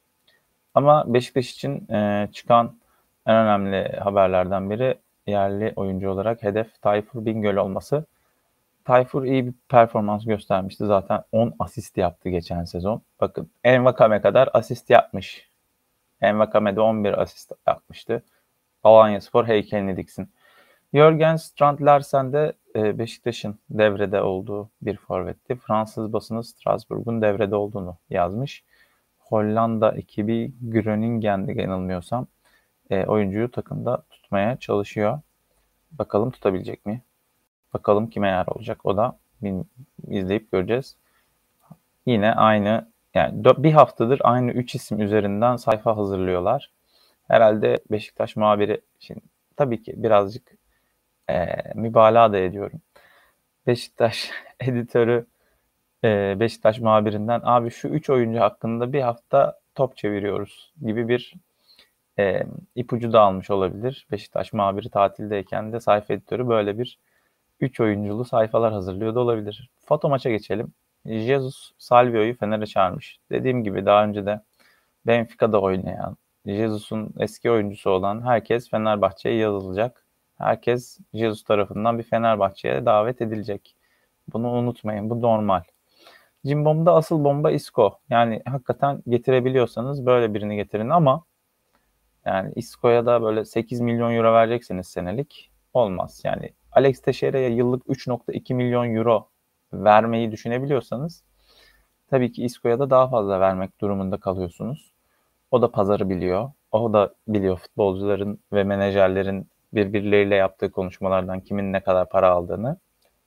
Ama Beşiktaş için e, çıkan en önemli haberlerden biri yerli oyuncu olarak hedef Tayfur Bingöl olması. Tayfur iyi bir performans göstermişti. Zaten on asist yaptı geçen sezon. Bakın Envakame kadar asist yapmış. Envakame de on bir asist yapmıştı. Alanyaspor heykelini diksin. Jürgen Strand Larsen de Beşiktaş'ın devrede olduğu bir forvetti. Fransız basını Strasbourg'un devrede olduğunu yazmış. Hollanda ekibi Groningen'de yanılmıyorsam e, oyuncuyu takımda tutmaya çalışıyor. Bakalım tutabilecek mi? Bakalım kime yer olacak? O da izleyip göreceğiz. Yine aynı yani bir haftadır aynı üç isim üzerinden sayfa hazırlıyorlar. Herhalde Beşiktaş muhabiri için tabii ki birazcık e, mübalağa da ediyorum. Beşiktaş editörü e, Beşiktaş muhabirinden abi şu üç oyuncu hakkında bir hafta top çeviriyoruz gibi bir e, ipucu da almış olabilir. Beşiktaş muhabiri tatildeyken de sayfa editörü böyle bir üç oyunculu sayfalar hazırlıyor da olabilir. Foto maça geçelim. Jesus Salvio'yu Fener'e çağırmış. Dediğim gibi daha önce de Benfica'da oynayan, Jesus'un eski oyuncusu olan herkes Fenerbahçe'ye yazılacak. Herkes Jesus tarafından bir Fenerbahçe'ye davet edilecek. Bunu unutmayın. Bu normal. Cimbom'da asıl bomba Isco. Yani hakikaten getirebiliyorsanız böyle birini getirin ama yani Isco'ya da böyle sekiz milyon euro vereceksiniz senelik. Olmaz. Yani Alex Teixeira'ya yıllık üç nokta iki milyon euro vermeyi düşünebiliyorsanız tabii ki Isco'ya da daha fazla vermek durumunda kalıyorsunuz. O da pazarı biliyor. O da biliyor futbolcuların ve menajerlerin birbirleriyle yaptığı konuşmalardan kimin ne kadar para aldığını.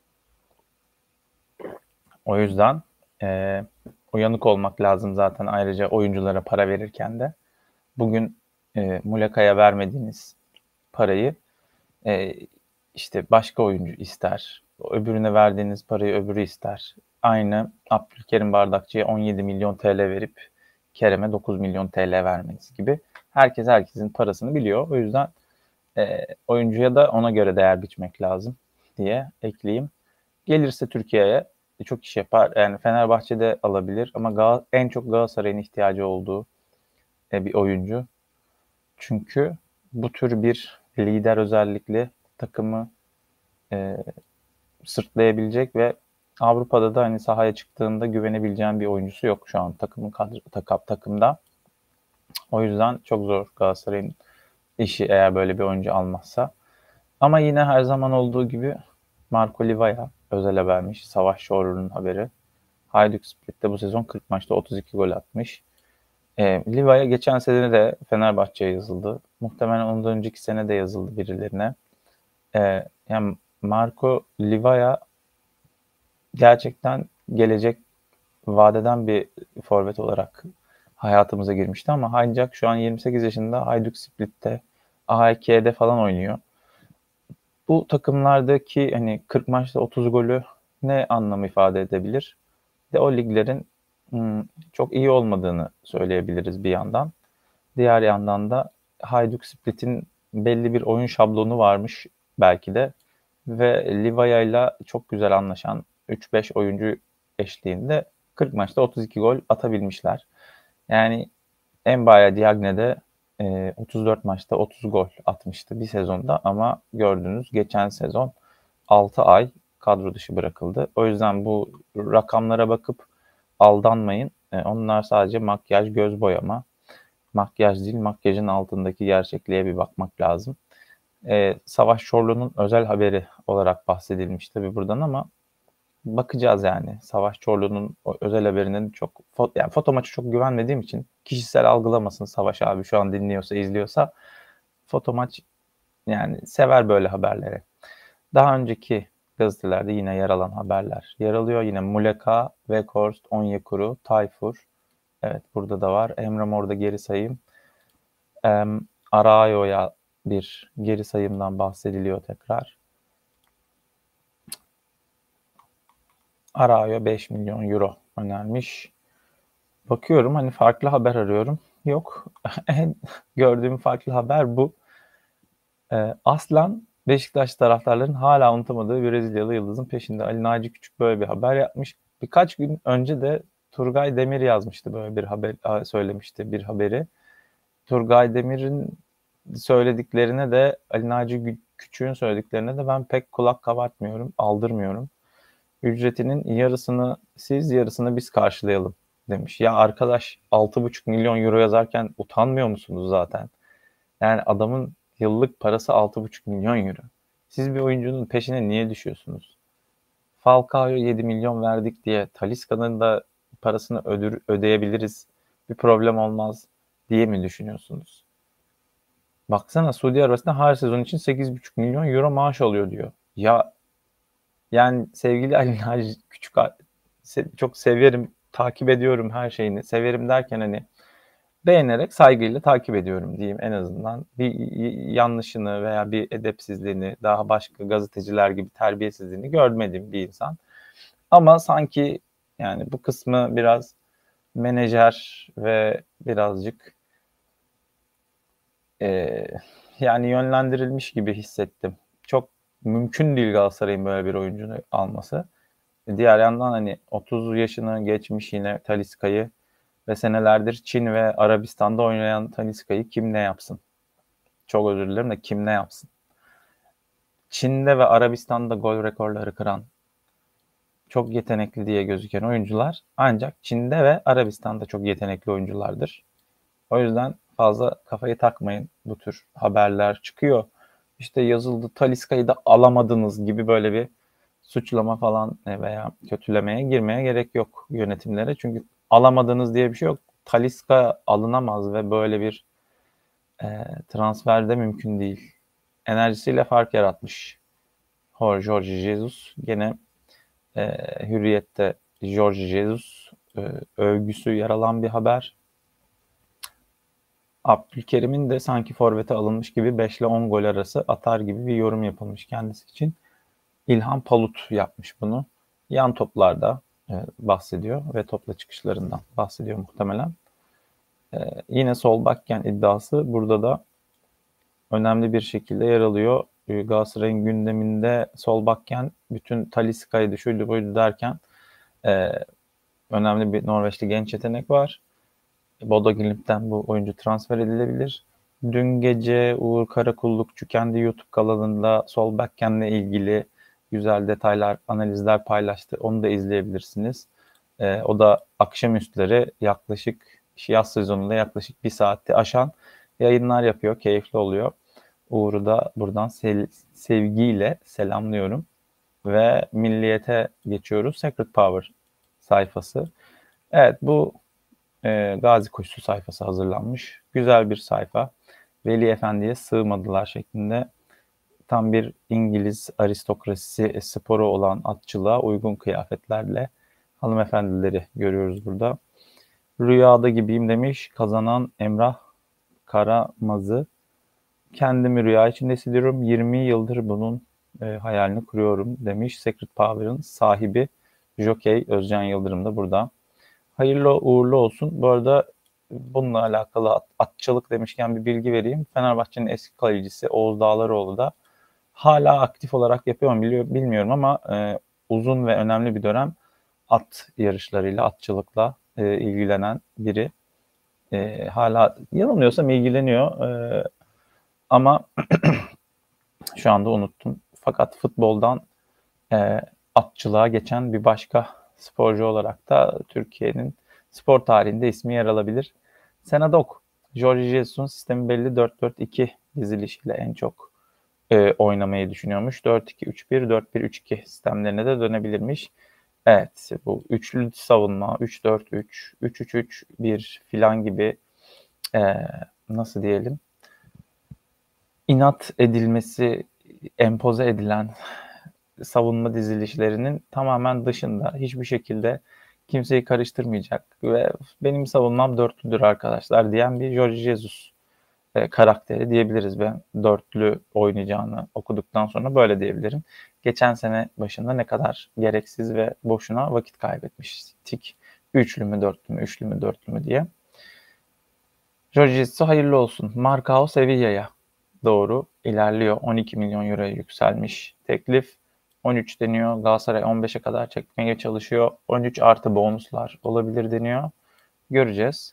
O yüzden e, uyanık olmak lazım zaten ayrıca oyunculara para verirken de. Bugün e, Muleka'ya vermediğiniz parayı e, işte başka oyuncu ister. Öbürüne verdiğiniz parayı öbürü ister. Aynı Abdülkerim Bardakçı'ya on yedi milyon T L verip Kerem'e dokuz milyon T L vermeniz gibi. Herkes herkesin parasını biliyor. O yüzden e, oyuncuya da ona göre değer biçmek lazım diye ekleyeyim. Gelirse Türkiye'ye çok iş yapar. Yani Fenerbahçe'de alabilir ama Gal- en çok Galatasaray'ın ihtiyacı olduğu e, bir oyuncu. Çünkü bu tür bir lider özellikle takımı e, sırtlayabilecek ve Avrupa'da da hani sahaya çıktığında güvenebileceğim bir oyuncusu yok şu an takımın kadro takap takımda. O yüzden çok zor Galatasaray'ın işi eğer böyle bir oyuncu almazsa. Ama yine her zaman olduğu gibi Marco Livaya özel habermiş. Savaş Şorur'un haberi. Hajduk Split'te bu sezon kırk maçta otuz iki gol atmış. E, Livaya geçen sene de Fenerbahçe'ye yazıldı. Muhtemelen ondan önceki sene de yazıldı birilerine. E, yani Marco Livaya gerçekten gelecek vadeden bir forvet olarak hayatımıza girmişti ama ancak şu an yirmi sekiz yaşında Hajduk Split'te A H K'de falan oynuyor. Bu takımlardaki hani kırk maçta otuz golü ne anlam ifade edebilir? De o liglerin ım, çok iyi olmadığını söyleyebiliriz bir yandan. Diğer yandan da Hajduk Split'in belli bir oyun şablonu varmış belki de ve Livaya'yla çok güzel anlaşan üç beş oyuncu eşliğinde kırk maçta otuz iki gol atabilmişler. Yani Mbaya Diagne de e, otuz dört maçta otuz gol atmıştı bir sezonda ama gördünüz geçen sezon altı ay kadro dışı bırakıldı. O yüzden bu rakamlara bakıp aldanmayın. E, onlar sadece makyaj, göz boyama. Makyaj değil, makyajın altındaki gerçekliğe bir bakmak lazım. E, Savaş Çorlu'nun özel haberi olarak bahsedilmiş tabii buradan ama bakacağız yani. Savaş Çorlu'nun o özel haberinin çok yani foto maçı çok güvenmediğim için kişisel algılamasın Savaş abi şu an dinliyorsa, izliyorsa. Foto maç yani sever böyle haberleri. Daha önceki gazetelerde yine yer alan haberler yer alıyor. Yine Muleka, Weghorst, Onyekuru, Tayfur. Evet burada da var. Emre Mor'da geri sayım. Um, Arao'ya bir geri sayımdan bahsediliyor tekrar. Arao beş milyon euro önermiş. Bakıyorum hani farklı haber arıyorum. Yok. En gördüğüm farklı haber bu. Ee, Aslan Beşiktaş taraftarların hala unutamadığı Brezilyalı yıldızın peşinde. Ali Naci Küçük böyle bir haber yapmış. Birkaç gün önce de Turgay Demir yazmıştı böyle bir haber söylemişti bir haberi. Turgay Demir'in söylediklerine de Ali Naci Küçük'ün söylediklerine de ben pek kulak kabartmıyorum, aldırmıyorum. Ücretinin yarısını siz, yarısını biz karşılayalım demiş. Ya arkadaş altı buçuk milyon euro yazarken utanmıyor musunuz zaten? Yani adamın yıllık parası altı buçuk milyon euro. Siz bir oyuncunun peşine niye düşüyorsunuz? Falcao'ya yedi milyon verdik diye Talisca'nın da parasını ödür, ödeyebiliriz. Bir problem olmaz diye mi düşünüyorsunuz? Baksana Suudi Arabistan her sezon için sekiz buçuk milyon euro maaş alıyor diyor. Ya yani sevgili Ali Naci Küçük çok severim, takip ediyorum her şeyini. Severim derken hani beğenerek saygıyla takip ediyorum diyeyim en azından. Bir yanlışını veya bir edepsizliğini, daha başka gazeteciler gibi terbiyesizliğini görmedim bir insan. Ama sanki yani bu kısmı biraz menajer ve birazcık e, yani yönlendirilmiş gibi hissettim. Çok mümkün değil Galatasaray'ın böyle bir oyuncunu alması. Diğer yandan hani otuz yaşını geçmiş yine Talisca'yı ve senelerdir Çin ve Arabistan'da oynayan Talisca'yı kim ne yapsın? Çok özür dilerim de kim ne yapsın? Çin'de ve Arabistan'da gol rekorları kıran çok yetenekli diye gözüken oyuncular ancak Çin'de ve Arabistan'da çok yetenekli oyunculardır. O yüzden fazla kafayı takmayın, bu tür haberler çıkıyor. İşte yazıldı Talisca'yı da alamadınız gibi böyle bir suçlama falan veya kötülemeye girmeye gerek yok yönetimlere. Çünkü alamadınız diye bir şey yok. Talisca alınamaz ve böyle bir e, transferde mümkün değil. Enerjisiyle fark yaratmış Jorge Jesus. Gene e, Hürriyet'te Jorge Jesus e, övgüsü yer alan bir haber. Abdülkerim'in de sanki forvete alınmış gibi beş ile on gol arası atar gibi bir yorum yapılmış kendisi için. İlhan Palut yapmış bunu. Yan toplarda e, bahsediyor ve topla çıkışlarından bahsediyor muhtemelen. E, yine sol bakken iddiası burada da önemli bir şekilde yer alıyor. E, Galatasaray'ın gündeminde sol bakken bütün Talisca'ydı şuydu buydu derken e, önemli bir Norveçli genç yetenek var. Bodo Glimt'ten bu oyuncu transfer edilebilir. Dün gece Uğur Karakullukçu kendi YouTube kanalında sol backend'le ilgili güzel detaylar, analizler paylaştı. Onu da izleyebilirsiniz. Ee, o da akşamüstleri yaklaşık yaz sezonunda yaklaşık bir saati aşan yayınlar yapıyor. Keyifli oluyor. Uğur'u da buradan sev- sevgiyle selamlıyorum. Ve Milliyet'e geçiyoruz. Secret Power sayfası. Evet bu e, Gazi Koşusu sayfası hazırlanmış. Güzel bir sayfa. Veli Efendi'ye sığmadılar şeklinde tam bir İngiliz aristokrasisi sporu olan atçılığa uygun kıyafetlerle hanımefendileri görüyoruz burada. Rüyada gibiyim demiş kazanan Emrah Karamazı. Kendimi rüya içinde hissediyorum. yirmi yıldır bunun e, hayalini kuruyorum demiş. Secret Power'ın sahibi Jokey Özcan Yıldırım da burada. Hayırlı uğurlu olsun. Bu arada bununla alakalı at, atçılık demişken bir bilgi vereyim. Fenerbahçe'nin eski kalecisi Oğuz Dağlaroğlu da hala aktif olarak yapıyor mu biliyor, bilmiyorum ama e, uzun ve önemli bir dönem at yarışlarıyla, atçılıkla e, ilgilenen biri. E, hala yanılmıyorsam ilgileniyor e, ama şu anda unuttum. Fakat futboldan e, atçılığa geçen bir başka sporcu olarak da Türkiye'nin spor tarihinde ismi yer alabilir. Senadok, Jorge Jesus'un sistemi belli dört dört iki dizilişiyle en çok e, oynamayı düşünüyormuş. dört iki üç bir, dört bir üç iki sistemlerine de dönebilirmiş. Evet, bu üçlü savunma, üç dört üç, üç üç üç bir filan gibi e, nasıl diyelim, inat edilmesi, empoze edilen savunma dizilişlerinin tamamen dışında, hiçbir şekilde kimseyi karıştırmayacak ve benim savunmam dörtlüdür arkadaşlar diyen bir Jorge Jesus e, karakteri diyebiliriz. Ben dörtlü oynayacağını okuduktan sonra böyle diyebilirim. Geçen sene başında ne kadar gereksiz ve boşuna vakit kaybetmiştik. Üçlü mü dörtlü mü, üçlü mü dörtlü mü diye. Jorge Jesus'a hayırlı olsun. Marcao Sevilla'ya doğru ilerliyor. on iki milyon euroya yükselmiş teklif. on üç deniyor. Galatasaray on beşe kadar çekmeye çalışıyor. on üç artı bonuslar olabilir deniyor. Göreceğiz.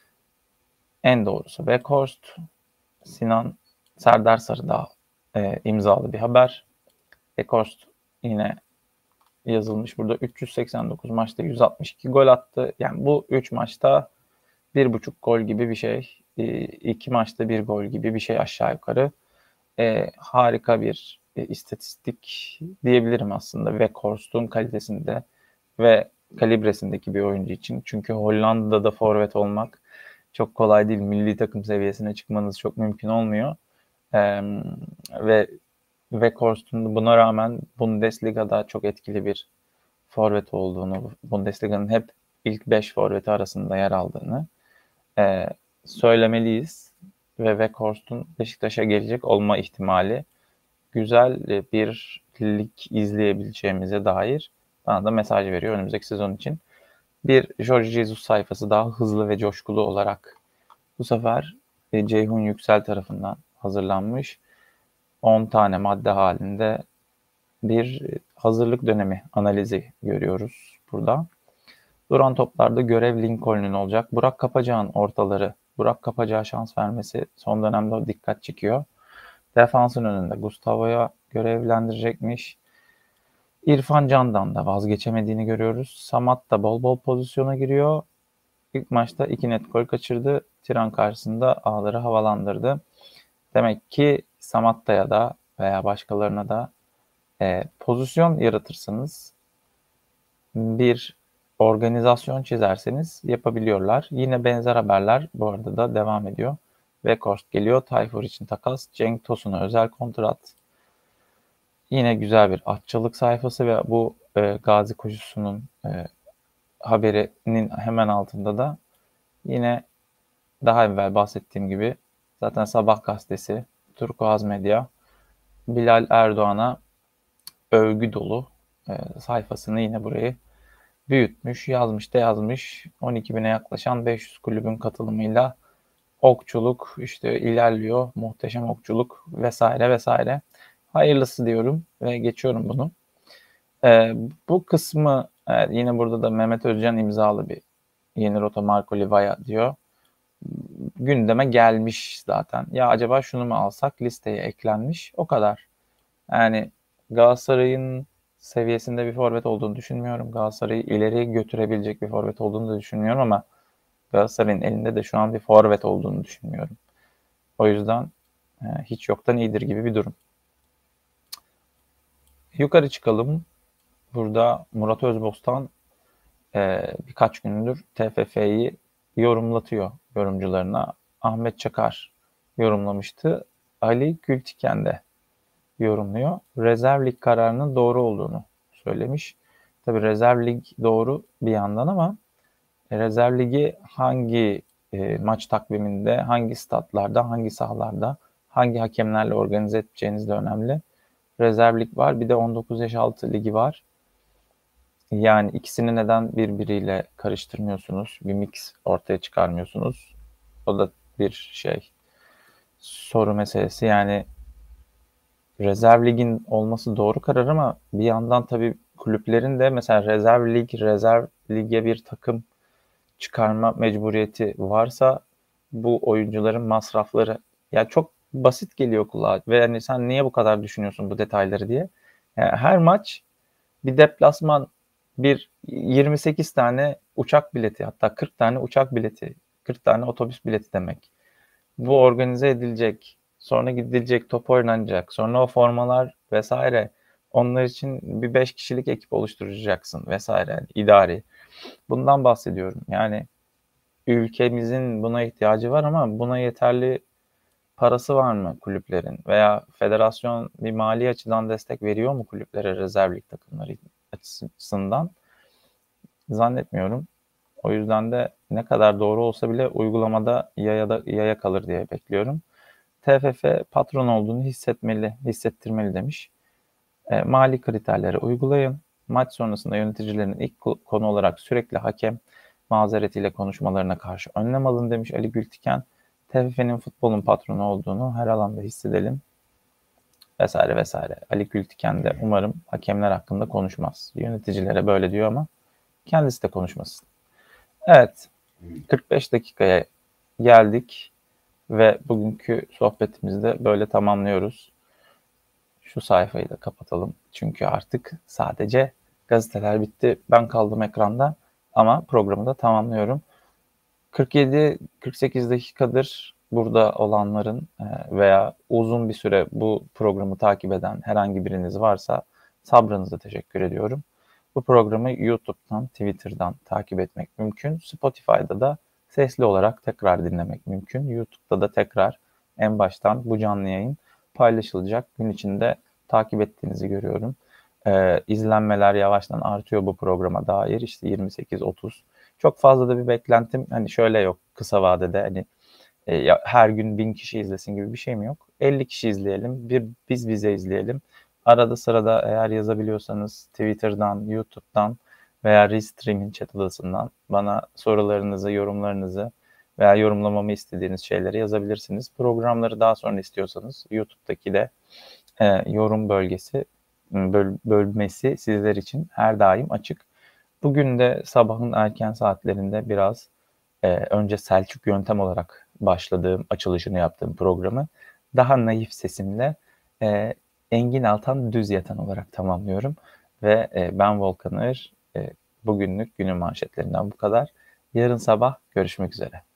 En doğrusu Weghorst, Sinan Serdar Sarıdağ e, imzalı bir haber. Weghorst yine yazılmış burada. üç yüz seksen dokuz maçta yüz altmış iki gol attı. Yani bu üç maçta bir buçuk gol gibi bir şey. E, iki maçta bir gol gibi bir şey aşağı yukarı. E, harika bir e, istatistik diyebilirim aslında Weghorst'un kalitesinde ve kalibresindeki bir oyuncu için. Çünkü Hollanda'da forvet olmak çok kolay değil. Milli takım seviyesine çıkmanız çok mümkün olmuyor. E, ve Weghorst'un buna rağmen Bundesliga'da çok etkili bir forvet olduğunu, Bundesliga'nın hep ilk beş forveti arasında yer aldığını e, söylemeliyiz. Ve Weghorst'un Beşiktaş'a gelecek olma ihtimali güzel bir lig izleyebileceğimize dair bana da mesaj veriyor önümüzdeki sezon için. Bir Jorge Jesus sayfası daha hızlı ve coşkulu olarak bu sefer Ceyhun Yüksel tarafından hazırlanmış on tane madde halinde bir hazırlık dönemi analizi görüyoruz burada. Duran toplarda görev Lincoln'un olacak. Burak Kapacak'ın ortaları, Burak Kapacak'a şans vermesi son dönemde dikkat çekiyor. Defansın önünde Gustavo'ya görevlendirecekmiş. İrfan Can'dan da vazgeçemediğini görüyoruz. Samat da bol bol pozisyona giriyor. İlk maçta iki net gol kaçırdı. Tiran karşısında ağları havalandırdı. Demek ki Samatta'ya da veya başkalarına da e, pozisyon yaratırsanız, bir organizasyon çizerseniz yapabiliyorlar. Yine benzer haberler bu arada da devam ediyor. Weghorst geliyor. Tayfur için takas. Cenk Tosun'a özel kontrat. Yine güzel bir atçılık sayfası ve bu e, Gazi koşusunun e, haberinin hemen altında da yine daha evvel bahsettiğim gibi zaten Sabah gazetesi, Turkuaz Medya, Bilal Erdoğan'a övgü dolu e, sayfasını yine burayı büyütmüş, yazmış da yazmış. on iki bine yaklaşan beş yüz kulübün katılımıyla okçuluk işte ilerliyor. Muhteşem okçuluk vesaire vesaire. Hayırlısı diyorum ve geçiyorum bunu. Ee, bu kısmı evet, yine burada da Mehmet Özcan imzalı bir yeni rota Marco Livaya diyor. Gündeme gelmiş zaten. Ya acaba şunu mu alsak, listeye eklenmiş. O kadar. Yani Galatasaray'ın seviyesinde bir forvet olduğunu düşünmüyorum. Galatasaray'ı ileriye götürebilecek bir forvet olduğunu da düşünmüyorum ama Galatasaray'ın elinde de şu an bir forvet olduğunu düşünmüyorum. O yüzden e, hiç yoktan iyidir gibi bir durum. Yukarı çıkalım. Burada Murat Özbostan e, birkaç gündür T F F'yi yorumlatıyor yorumcularına. Ahmet Çakar yorumlamıştı. Ali Gültiken de yorumluyor. Rezerv lig kararının doğru olduğunu söylemiş. Tabii rezerv lig doğru bir yandan ama rezerv ligi hangi e, maç takviminde, hangi statlarda, hangi sahalarda, hangi hakemlerle organize edeceğiniz de önemli. rezerv lig var. Bir de on dokuz yaş altı ligi var. Yani ikisini neden birbiriyle karıştırmıyorsunuz? Bir mix ortaya çıkarmıyorsunuz. O da bir şey. Soru meselesi. Yani rezerv ligin olması doğru karar ama bir yandan tabii kulüplerin de mesela rezerv lig, rezerv lige bir takım çıkarma mecburiyeti varsa bu oyuncuların masrafları ya çok basit geliyor kulağa ve hani sen niye bu kadar düşünüyorsun bu detayları diye. Yani her maç bir deplasman, bir yirmi sekiz tane uçak bileti, hatta kırk tane uçak bileti, kırk tane otobüs bileti demek. Bu organize edilecek, sonra gidilecek, top oynanacak, sonra o formalar vesaire. Onlar için bir beş kişilik ekip oluşturacaksın vesaire, yani idari. Bundan bahsediyorum. Yani ülkemizin buna ihtiyacı var ama buna yeterli parası var mı kulüplerin? Veya federasyon bir mali açıdan destek veriyor mu kulüplere rezerv lig takımları açısından? Zannetmiyorum. O yüzden de ne kadar doğru olsa bile uygulamada yaya, da, yaya kalır diye bekliyorum. T F F patron olduğunu hissetmeli, hissettirmeli demiş. E, mali kriterleri uygulayın. Maç sonrasında yöneticilerin ilk konu olarak sürekli hakem mazeretiyle konuşmalarına karşı önlem alın demiş Ali Gültiken. T F F'nin futbolun patronu olduğunu her alanda hissedelim. Vesaire vesaire. Ali Gültiken de umarım hakemler hakkında konuşmaz. Yöneticilere böyle diyor ama kendisi de konuşmasın. Evet, kırk beş dakikaya geldik ve bugünkü sohbetimizi de böyle tamamlıyoruz. Şu sayfayı da kapatalım. Çünkü artık sadece gazeteler bitti. Ben kaldım ekranda ama programı da tamamlıyorum. kırk yedi kırk sekiz dakikadır burada olanların veya uzun bir süre bu programı takip eden herhangi biriniz varsa sabrınıza teşekkür ediyorum. Bu programı YouTube'dan, Twitter'dan takip etmek mümkün. Spotify'da da sesli olarak tekrar dinlemek mümkün. YouTube'da da tekrar en baştan bu canlı yayın paylaşılacak. Gün içinde takip ettiğinizi görüyorum. Ee, izlenmeler yavaştan artıyor bu programa dair. İşte yirmi sekiz otuz. Çok fazla da bir beklentim hani şöyle yok kısa vadede hani e, ya her gün bin kişi izlesin gibi bir şeyim yok. elli kişi izleyelim, bir biz bize izleyelim. Arada sırada eğer yazabiliyorsanız Twitter'dan, YouTube'dan veya Restream'in chat odasından bana sorularınızı, yorumlarınızı veya yorumlamamı istediğiniz şeyleri yazabilirsiniz. Programları daha sonra istiyorsanız YouTube'daki de e, yorum bölgesi, böl, bölmesi sizler için her daim açık. Bugün de sabahın erken saatlerinde biraz e, önce Selçuk Yöntem olarak başladığım, açılışını yaptığım programı daha naif sesimle e, Engin Altan Düz Yatan olarak tamamlıyorum. Ve e, ben Volkan Ağır, e, bugünlük günün manşetlerinden bu kadar. Yarın sabah görüşmek üzere.